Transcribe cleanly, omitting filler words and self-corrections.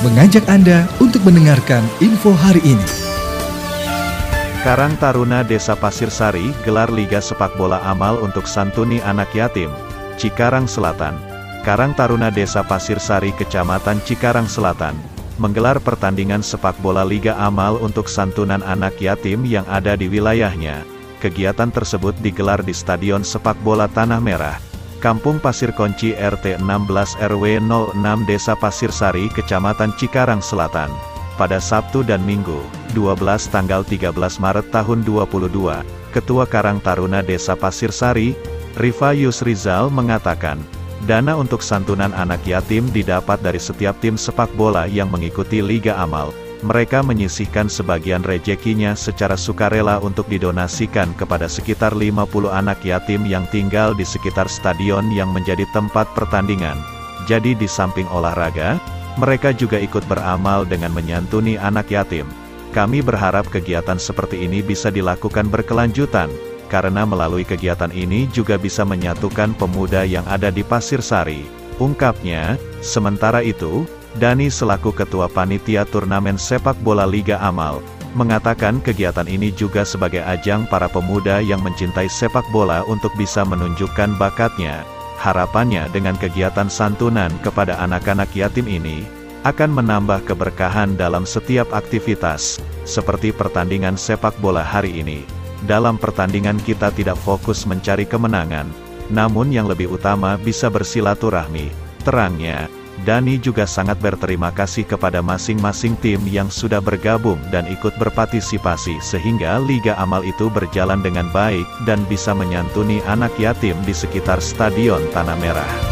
mengajak Anda untuk mendengarkan info hari ini. Karang Taruna Desa Pasir Sari gelar Liga Sepak Bola Amal untuk santuni anak yatim, Cikarang Selatan. Karang Taruna Desa Pasir Sari Kecamatan Cikarang Selatan menggelar pertandingan sepak bola Liga Amal untuk santunan anak yatim yang ada di wilayahnya. Kegiatan tersebut digelar di Stadion Sepak Bola Tanah Merah, Kampung Pasir Konci RT 16 RW 06 Desa Pasir Sari Kecamatan Cikarang Selatan, pada Sabtu dan Minggu, 12 tanggal 13 Maret tahun 2022. Ketua Karang Taruna Desa Pasir Sari, Rifa Yusrizal mengatakan, dana untuk santunan anak yatim didapat dari setiap tim sepak bola yang mengikuti Liga Amal. Mereka menyisihkan sebagian rezekinya secara sukarela untuk didonasikan kepada sekitar 50 anak yatim yang tinggal di sekitar stadion yang menjadi tempat pertandingan. Jadi di samping olahraga, mereka juga ikut beramal dengan menyantuni anak yatim. Kami berharap kegiatan seperti ini bisa dilakukan berkelanjutan, karena melalui kegiatan ini juga bisa menyatukan pemuda yang ada di Pasir Sari, ungkapnya. Sementara itu, Dani selaku Ketua Panitia Turnamen Sepak Bola Liga Amal, mengatakan kegiatan ini juga sebagai ajang para pemuda yang mencintai sepak bola untuk bisa menunjukkan bakatnya. Harapannya dengan kegiatan santunan kepada anak-anak yatim ini, akan menambah keberkahan dalam setiap aktivitas, seperti pertandingan sepak bola hari ini. Dalam pertandingan kita tidak fokus mencari kemenangan, namun yang lebih utama bisa bersilaturahmi, terangnya. Dani juga sangat berterima kasih kepada masing-masing tim yang sudah bergabung dan ikut berpartisipasi sehingga Liga Amal itu berjalan dengan baik dan bisa menyantuni anak yatim di sekitar Stadion Tanah Merah.